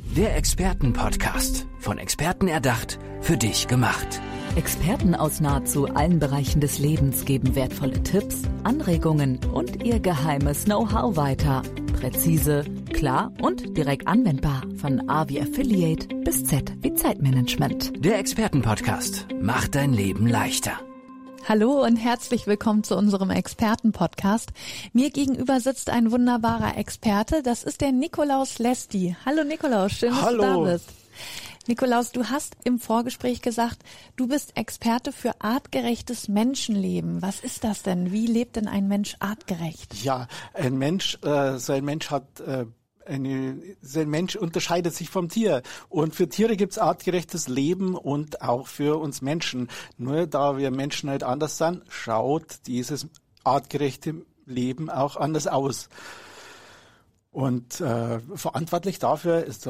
Der Expertenpodcast. Von Experten erdacht, für dich gemacht. Experten aus nahezu allen Bereichen des Lebens geben wertvolle Tipps, Anregungen und ihr geheimes Know-how weiter. Präzise, klar und direkt anwendbar. Von A wie Affiliate bis Z wie Zeitmanagement. Der Expertenpodcast macht dein Leben leichter. Hallo und herzlich willkommen zu unserem Experten-Podcast. Mir gegenüber sitzt ein wunderbarer Experte, das ist der Nikolaus Lesti. Hallo Nikolaus, schön, dass du da bist. Nikolaus, du hast im Vorgespräch gesagt, du bist Experte für artgerechtes Menschenleben. Was ist das denn? Wie lebt denn ein Mensch artgerecht? Ja, ein Mensch unterscheidet sich vom Tier. Und für Tiere gibt's artgerechtes Leben und auch für uns Menschen. Nur da wir Menschen halt anders sind, schaut dieses artgerechte Leben auch anders aus. Und verantwortlich dafür ist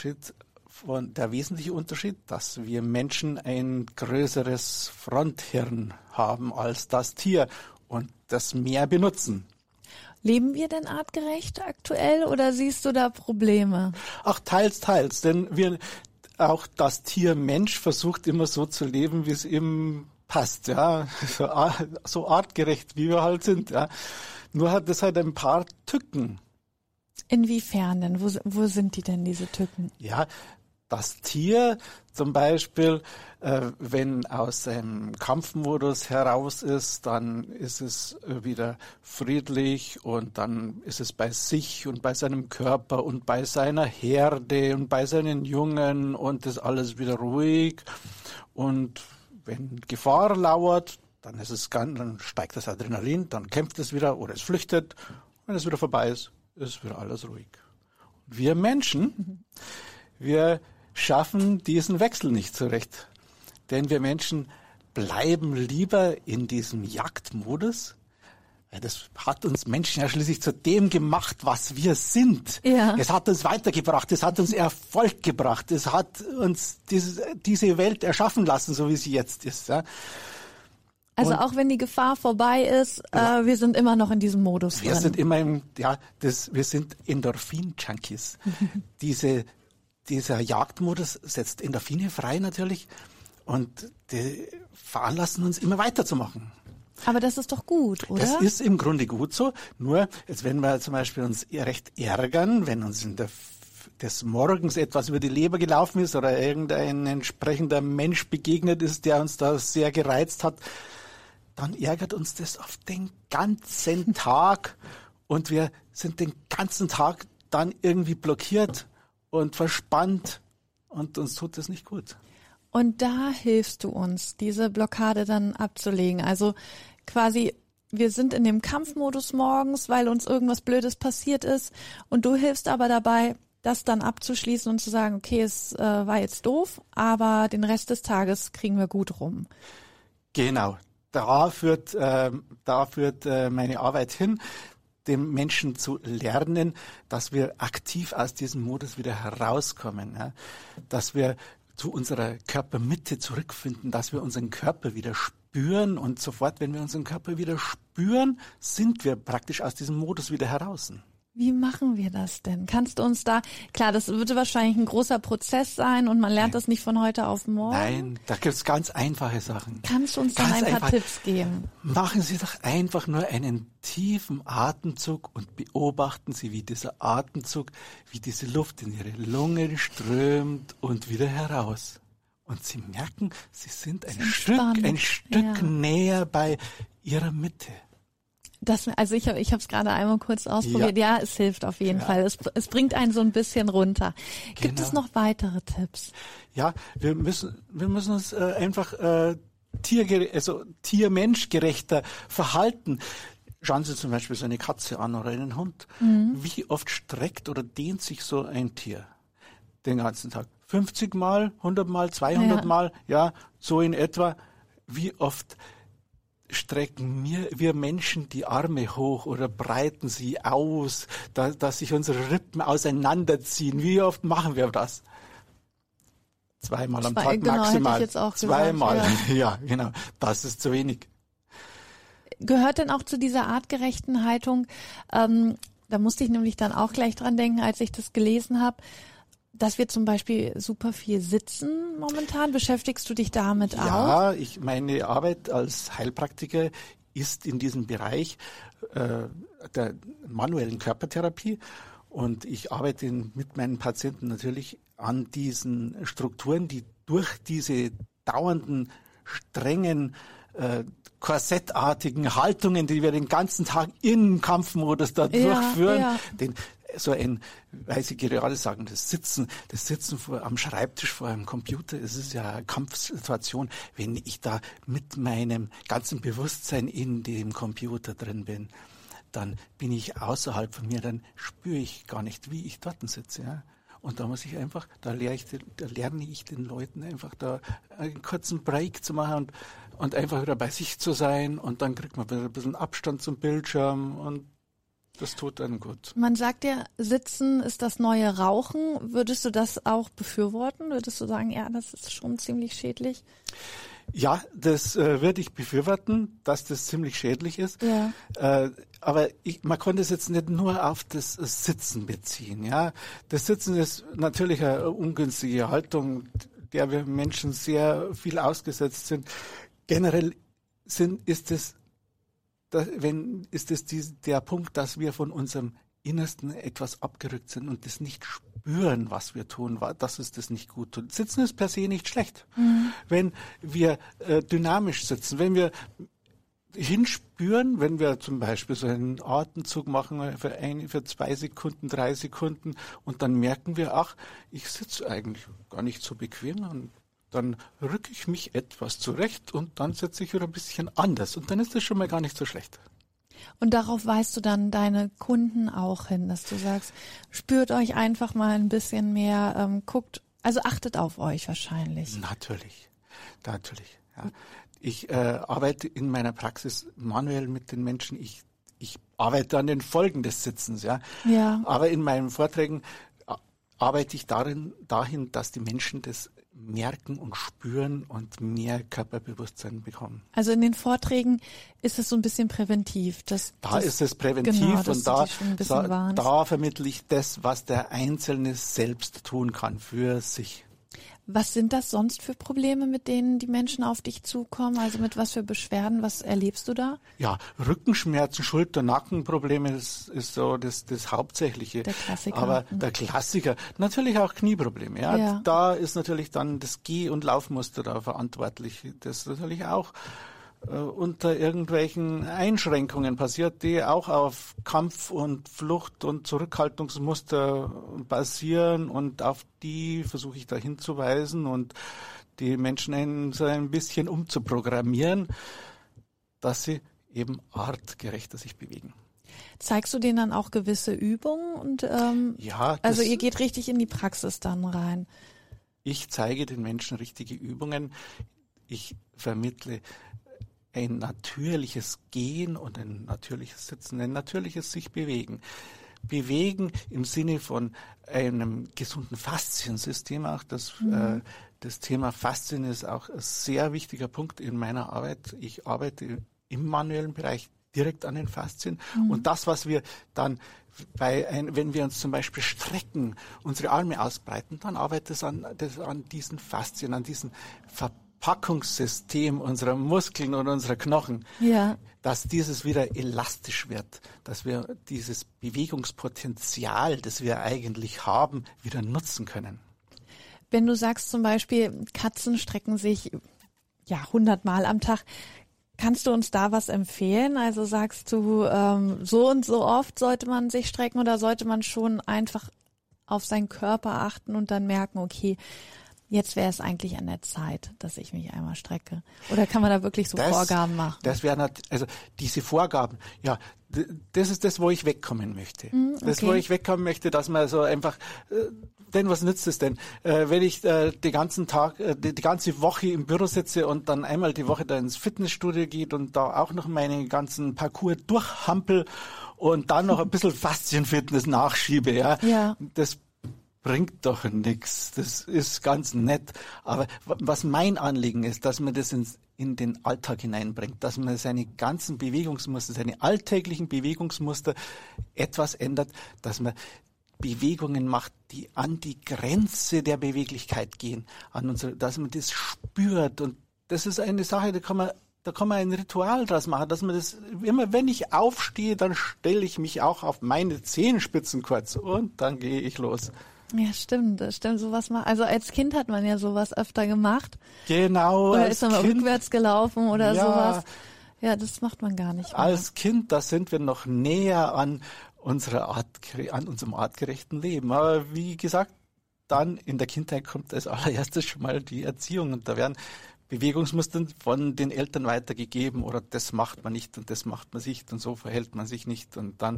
der wesentliche Unterschied, dass wir Menschen ein größeres Fronthirn haben als das Tier und das mehr benutzen. Leben wir denn artgerecht aktuell oder siehst du da Probleme? Ach, teils. Denn auch das Tier Mensch versucht immer so zu leben, wie es ihm passt, ja. So artgerecht, wie wir halt sind, ja. Nur hat es halt ein paar Tücken. Inwiefern denn? Wo sind die denn, diese Tücken? Ja, das Tier zum Beispiel, wenn aus einem Kampfmodus heraus ist, dann ist es wieder friedlich und dann ist es bei sich und bei seinem Körper und bei seiner Herde und bei seinen Jungen und ist alles wieder ruhig. Und wenn Gefahr lauert, dann steigt das Adrenalin, dann kämpft es wieder oder es flüchtet. Wenn es wieder vorbei ist wieder alles ruhig. Und wir Menschen, wir schaffen diesen Wechsel nicht zurecht. Denn wir Menschen bleiben lieber in diesem Jagdmodus. Das hat uns Menschen ja schließlich zu dem gemacht, was wir sind. Ja. Es hat uns weitergebracht, es hat uns Erfolg gebracht, es hat uns diese Welt erschaffen lassen, so wie sie jetzt ist. Ja. Also auch wenn die Gefahr vorbei ist, wir sind immer noch in diesem Modus drin. Wir sind immer wir sind Endorphin-Junkies. Dieser Jagdmodus setzt Endorphine frei natürlich und die veranlassen uns immer weiterzumachen. Aber das ist doch gut, oder? Das ist im Grunde gut so. Nur, jetzt wenn wir zum Beispiel uns recht ärgern, wenn uns des Morgens etwas über die Leber gelaufen ist oder irgendein entsprechender Mensch begegnet ist, der uns da sehr gereizt hat, dann ärgert uns das auf den ganzen Tag und wir sind den ganzen Tag dann irgendwie blockiert und verspannt und uns tut das nicht gut. Und da hilfst du uns, diese Blockade dann abzulegen. Also quasi, wir sind in dem Kampfmodus morgens, weil uns irgendwas Blödes passiert ist und du hilfst aber dabei, das dann abzuschließen und zu sagen, okay, es war jetzt doof, aber den Rest des Tages kriegen wir gut rum. Genau, da führt meine Arbeit hin, dem Menschen zu lernen, dass wir aktiv aus diesem Modus wieder herauskommen, ja? Dass wir zu unserer Körpermitte zurückfinden, dass wir unseren Körper wieder spüren und sofort, wenn wir unseren Körper wieder spüren, sind wir praktisch aus diesem Modus wieder heraus. Wie machen wir das denn? Kannst du uns da, klar, das wird wahrscheinlich ein großer Prozess sein und man lernt das nicht von heute auf morgen. Nein, da gibt's ganz einfache Sachen. Kannst du uns dann ein paar Tipps geben? Machen Sie doch einfach nur einen tiefen Atemzug und beobachten Sie, wie dieser Atemzug, wie diese Luft in Ihre Lungen strömt und wieder heraus. Und Sie merken, Sie sind ein Stück näher bei Ihrer Mitte. Ich habe es gerade einmal kurz ausprobiert. Ja, es hilft auf jeden Fall. Es bringt einen so ein bisschen runter. Gibt es noch weitere Tipps? Ja, wir müssen uns einfach tier-mensch-gerechter verhalten. Schauen Sie zum Beispiel so eine Katze an oder einen Hund. Wie oft streckt oder dehnt sich so ein Tier den ganzen Tag? 50 Mal, 100 Mal, 200 Mal, ja, so in etwa. Wie oft strecken wir Menschen die Arme hoch oder breiten sie aus, dass sich unsere Rippen auseinanderziehen? Wie oft machen wir das? Zweimal am Tag maximal. Hätte ich jetzt auch Zweimal, gesagt, ja, genau. Das ist zu wenig. Gehört denn auch zu dieser artgerechten Haltung, da musste ich nämlich dann auch gleich dran denken, als ich das gelesen habe, dass wir zum Beispiel super viel sitzen momentan. Beschäftigst du dich damit auch? Ja, meine Arbeit als Heilpraktiker ist in diesem Bereich der manuellen Körpertherapie. Und ich arbeite mit meinen Patienten natürlich an diesen Strukturen, die durch diese dauernden, strengen, korsettartigen Haltungen, die wir den ganzen Tag im Kampfmodus da durchführen, weil Sie gerade sagen, das Sitzen am Schreibtisch vor einem Computer, es ist ja eine Kampfsituation. Wenn ich da mit meinem ganzen Bewusstsein in dem Computer drin bin, dann bin ich außerhalb von mir, dann spüre ich gar nicht, wie ich dort sitze. Ja? Und da muss ich einfach, da lerne ich den Leuten einfach da einen kurzen Break zu machen und einfach wieder bei sich zu sein. Und dann kriegt man wieder ein bisschen Abstand zum Bildschirm und das tut dann gut. Man sagt ja, Sitzen ist das neue Rauchen. Würdest du das auch befürworten? Würdest du sagen, ja, das ist schon ziemlich schädlich? Ja, das würde ich befürworten, dass das ziemlich schädlich ist. Ja. Aber man konnte es jetzt nicht nur auf das Sitzen beziehen. Ja, das Sitzen ist natürlich eine ungünstige Haltung, der wir Menschen sehr viel ausgesetzt sind. Generell ist es der Punkt, dass wir von unserem Innersten etwas abgerückt sind und das nicht spüren, was wir tun, dass es das nicht gut tut. Sitzen ist per se nicht schlecht. Mhm. Wenn wir dynamisch sitzen, wenn wir hinspüren, wenn wir zum Beispiel so einen Atemzug machen für 2 Sekunden, 3 Sekunden und dann merken wir, ach, ich sitze eigentlich gar nicht so bequem und dann rücke ich mich etwas zurecht und dann sitze ich wieder ein bisschen anders und dann ist das schon mal gar nicht so schlecht. Und darauf weist du dann deine Kunden auch hin, dass du sagst, spürt euch einfach mal ein bisschen mehr, guckt, also achtet auf euch wahrscheinlich. Natürlich. Ja. Ich arbeite in meiner Praxis manuell mit den Menschen. Ich arbeite an den Folgen des Sitzens, ja. Aber in meinen Vorträgen arbeite ich dahin, dass die Menschen das merken und spüren und mehr Körperbewusstsein bekommen. Also in den Vorträgen ist es so ein bisschen präventiv. Ist es präventiv, genau, und da vermittle ich das, was der Einzelne selbst tun kann für sich. Was sind das sonst für Probleme, mit denen die Menschen auf dich zukommen? Also mit was für Beschwerden, was erlebst du da? Ja, Rückenschmerzen, Schulter-, Nackenprobleme ist so das Hauptsächliche. Der Klassiker. Aber der Klassiker, natürlich auch Knieprobleme. Ja. Da ist natürlich dann das Geh- und Laufmuster da verantwortlich. Das ist natürlich auch unter irgendwelchen Einschränkungen passiert, die auch auf Kampf- und Flucht- und Zurückhaltungsmuster basieren und auf die versuche ich da hinzuweisen und die Menschen so ein bisschen umzuprogrammieren, dass sie eben artgerechter sich bewegen. Zeigst du denen dann auch gewisse Übungen? Und ja, also ihr geht richtig in die Praxis dann rein. Ich zeige den Menschen richtige Übungen. Ich vermittle ein natürliches Gehen und ein natürliches Sitzen, ein natürliches sich bewegen. Bewegen im Sinne von einem gesunden Fasziensystem auch. Das Thema Faszien ist auch ein sehr wichtiger Punkt in meiner Arbeit. Ich arbeite im manuellen Bereich direkt an den Faszien. Und das, was wir dann wenn wir uns zum Beispiel strecken, unsere Arme ausbreiten, dann arbeitet es an diesen Faszien, an diesen Verpackungssystem unserer Muskeln und unserer Knochen, dass dieses wieder elastisch wird, dass wir dieses Bewegungspotenzial, das wir eigentlich haben, wieder nutzen können. Wenn du sagst zum Beispiel, Katzen strecken sich 100-mal am Tag, kannst du uns da was empfehlen? Also sagst du, so und so oft sollte man sich strecken oder sollte man schon einfach auf seinen Körper achten und dann merken, okay, jetzt wäre es eigentlich an der Zeit, dass ich mich einmal strecke. Oder kann man da wirklich so Vorgaben machen? Das wäre also diese Vorgaben, ja, das ist das, wo ich wegkommen möchte. Okay. Das, wo ich wegkommen möchte, dass man so einfach, denn was nützt es denn, wenn ich den ganzen Tag, die ganze Woche im Büro sitze und dann einmal die Woche da ins Fitnessstudio geht und da auch noch meinen ganzen Parcours durchhampel und dann noch ein bisschen Faszienfitness nachschiebe, ja. Das bringt doch nichts. Das ist ganz nett. Aber was mein Anliegen ist, dass man das in den Alltag hineinbringt, dass man seine ganzen Bewegungsmuster, seine alltäglichen Bewegungsmuster etwas ändert, dass man Bewegungen macht, die an die Grenze der Beweglichkeit gehen, dass man das spürt. Und das ist eine Sache, da kann man ein Ritual draus machen, dass man das, immer wenn ich aufstehe, dann stelle ich mich auch auf meine Zehenspitzen kurz und dann gehe ich los. Ja, stimmt, sowas mal. Also als Kind hat man ja sowas öfter gemacht. Genau. Oder ist man mal rückwärts gelaufen oder sowas. Ja, das macht man gar nicht mehr. Als Kind, da sind wir noch näher an unserem artgerechten Leben. Aber wie gesagt, dann in der Kindheit kommt als allererstes schon mal die Erziehung und da werden Bewegungsmuster von den Eltern weitergegeben oder das macht man nicht und das macht man nicht und so verhält man sich nicht und dann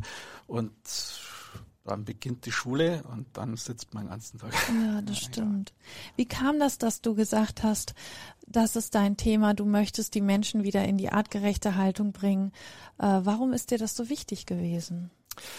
beginnt die Schule und dann sitzt man den ganzen Tag. Ja, das stimmt. Wie kam das, dass du gesagt hast, das ist dein Thema, du möchtest die Menschen wieder in die artgerechte Haltung bringen? Warum ist dir das so wichtig gewesen?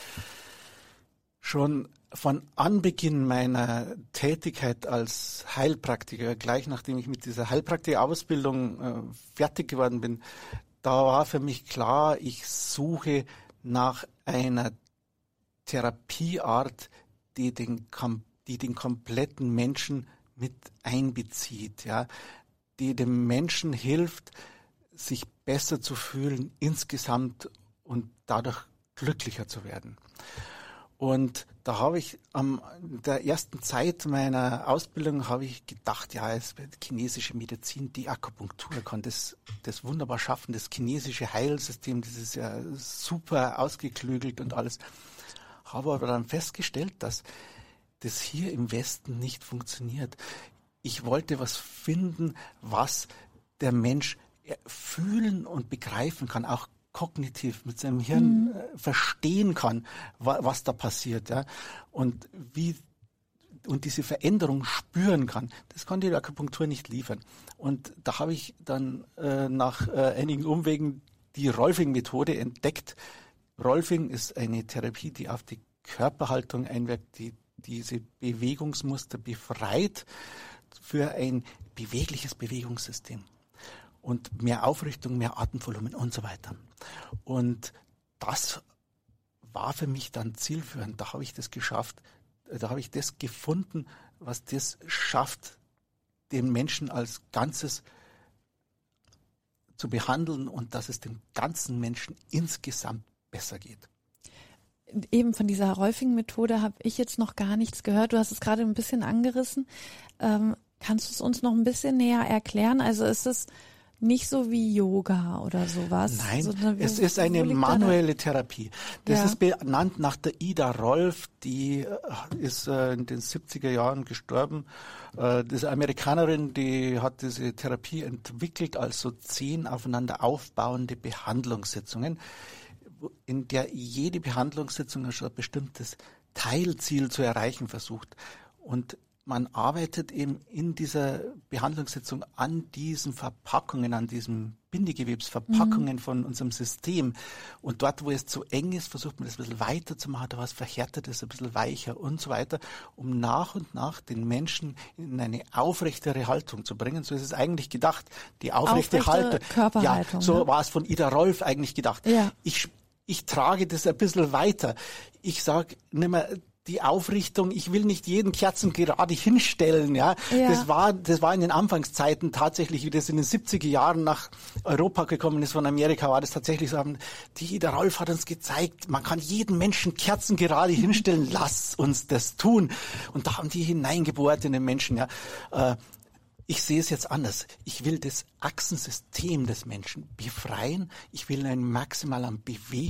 Schon von Anbeginn meiner Tätigkeit als Heilpraktiker, gleich nachdem ich mit dieser Heilpraktiker-Ausbildung fertig geworden bin, da war für mich klar, ich suche nach einer Therapieart, die den kompletten Menschen mit einbezieht, ja, die dem Menschen hilft, sich besser zu fühlen insgesamt und dadurch glücklicher zu werden. Und da habe ich in der ersten Zeit meiner Ausbildung habe ich gedacht, ja, chinesische Medizin, die Akupunktur kann das wunderbar schaffen, das chinesische Heilsystem, das ist ja super ausgeklügelt und alles. Habe aber dann festgestellt, dass das hier im Westen nicht funktioniert. Ich wollte was finden, was der Mensch fühlen und begreifen kann, auch kognitiv mit seinem Hirn verstehen kann, was da passiert, ja, und diese Veränderung spüren kann. Das kann die Akupunktur nicht liefern. Und da habe ich dann nach einigen Umwegen die Rolfing-Methode entdeckt. Rolfing ist eine Therapie, die auf die Körperhaltung einwirkt, die diese Bewegungsmuster befreit für ein bewegliches Bewegungssystem. Und mehr Aufrichtung, mehr Atemvolumen und so weiter. Und das war für mich dann zielführend. Da habe ich das geschafft, da habe ich das gefunden, was das schafft, den Menschen als Ganzes zu behandeln und dass es dem ganzen Menschen insgesamt besser geht. Eben von dieser Rolfing-Methode habe ich jetzt noch gar nichts gehört. Du hast es gerade ein bisschen angerissen. Kannst du es uns noch ein bisschen näher erklären? Also ist es nicht so wie Yoga oder sowas? Nein, es ist eine manuelle Therapie. Das ist benannt nach der Ida Rolf, die ist in den 70er Jahren gestorben. Das ist eine Amerikanerin, die hat diese Therapie entwickelt als so 10 aufeinander aufbauende Behandlungssitzungen, in der jede Behandlungssitzung schon ein bestimmtes Teilziel zu erreichen versucht. Und man arbeitet eben in dieser Behandlungssitzung an diesen Verpackungen, an diesen Bindegewebsverpackungen von unserem System. Und dort, wo es zu eng ist, versucht man das ein bisschen weiter zu machen, da was Verhärtetes, ein bisschen weicher und so weiter, um nach und nach den Menschen in eine aufrechtere Haltung zu bringen. So ist es eigentlich gedacht, die aufrechte Haltung. Körperhaltung. Ja, so war es von Ida Rolf eigentlich gedacht. Ja. Ich trage das ein bisschen weiter. Ich sage nicht mehr, die Aufrichtung, ich will nicht jeden Kerzen gerade hinstellen, ja. Das war in den Anfangszeiten tatsächlich, wie das in den 70er Jahren nach Europa gekommen ist von Amerika, war das tatsächlich so, die Ida Rolf hat uns gezeigt, man kann jeden Menschen Kerzen gerade hinstellen, lass uns das tun. Und da haben die hineingebohrt in den Menschen, ja. Ich sehe es jetzt anders. Ich will das Achsensystem des Menschen befreien. Ich will ein Maximum an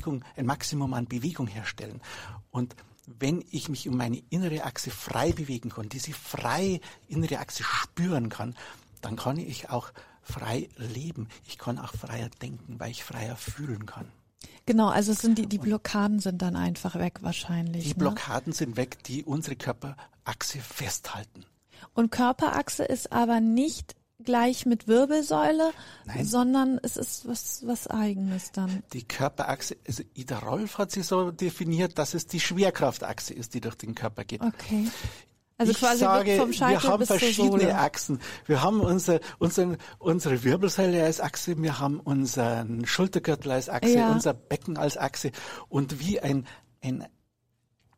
Bewegung herstellen. Und wenn ich mich um meine innere Achse frei bewegen kann, diese freie innere Achse spüren kann, dann kann ich auch frei leben. Ich kann auch freier denken, weil ich freier fühlen kann. Genau, also es sind die Blockaden sind dann einfach weg wahrscheinlich. Die Blockaden sind weg, die unsere Körperachse festhalten. Und Körperachse ist aber nicht gleich mit Wirbelsäule, sondern es ist was Eigenes dann. Die Körperachse, also Ida Rolf hat sie so definiert, dass es die Schwerkraftachse ist, die durch den Körper geht. Okay. Also ich quasi sage, vom Scheitel wir haben bis verschiedene zur Sohle. Achsen. Wir haben unsere Wirbelsäule als Achse, wir haben unseren Schultergürtel als Achse, unser Becken als Achse und wie ein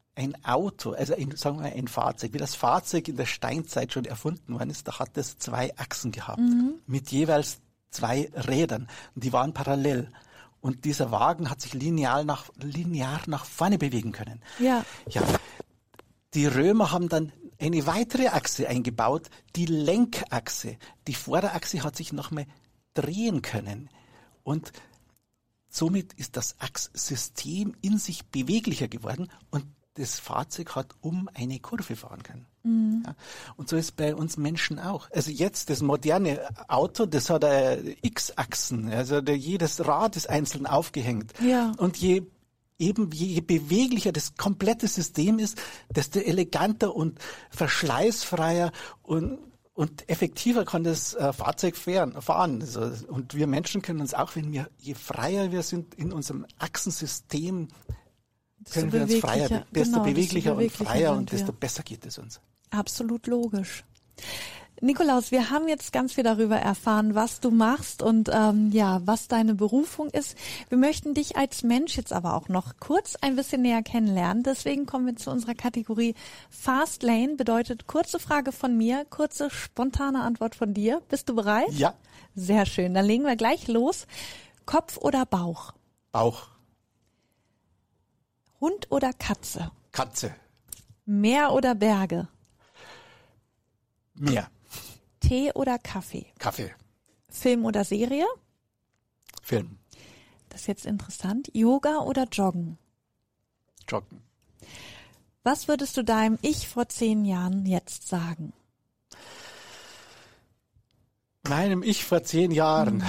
ein Auto, also sagen wir ein Fahrzeug, wie das Fahrzeug in der Steinzeit schon erfunden worden ist, da hat es 2 Achsen gehabt, mit jeweils 2 Rädern. Und die waren parallel. Und dieser Wagen hat sich linear nach vorne bewegen können. Ja. Ja. Die Römer haben dann eine weitere Achse eingebaut, die Lenkachse. Die Vorderachse hat sich noch mal drehen können. Und somit ist das Achssystem in sich beweglicher geworden und das Fahrzeug hat um eine Kurve fahren können. Ja, und so ist es bei uns Menschen auch. Also jetzt das moderne Auto, das hat X-Achsen, also jedes Rad ist einzeln aufgehängt. Ja. Und je beweglicher das komplette System ist, desto eleganter und verschleißfreier und effektiver kann das Fahrzeug fahren. Also, und wir Menschen können uns auch, je freier wir sind in unserem Achsensystem, können wir uns freier, desto beweglicher und freier und desto besser geht es uns. Absolut logisch. Nikolaus, wir haben jetzt ganz viel darüber erfahren, was du machst und was deine Berufung ist. Wir möchten dich als Mensch jetzt aber auch noch kurz ein bisschen näher kennenlernen. Deswegen kommen wir zu unserer Kategorie Fast Lane. Bedeutet kurze Frage von mir, kurze spontane Antwort von dir. Bist du bereit? Ja. Sehr schön. Dann legen wir gleich los. Kopf oder Bauch? Bauch. Hund oder Katze? Katze. Meer oder Berge? Meer. Tee oder Kaffee? Kaffee. Film oder Serie? Film. Das ist jetzt interessant. Yoga oder Joggen? Joggen. Was würdest du deinem Ich vor 10 Jahren jetzt sagen? Meinem Ich vor 10 Jahren.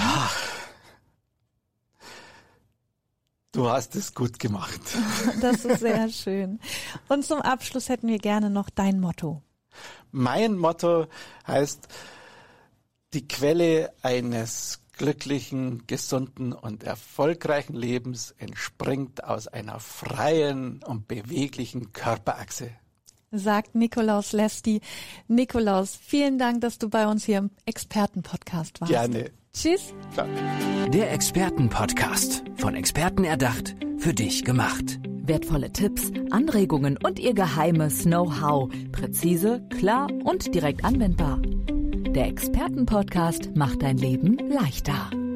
Du hast es gut gemacht. Das ist sehr schön. Und zum Abschluss hätten wir gerne noch dein Motto. Mein Motto heißt, die Quelle eines glücklichen, gesunden und erfolgreichen Lebens entspringt aus einer freien und beweglichen Körperachse. Sagt Nikolaus Lesti. Nikolaus, vielen Dank, dass du bei uns hier im Expertenpodcast warst. Gerne. Tschüss. Ciao. Der Expertenpodcast. Von Experten erdacht, für dich gemacht. Wertvolle Tipps, Anregungen und ihr geheimes Know-how. Präzise, klar und direkt anwendbar. Der Expertenpodcast macht dein Leben leichter.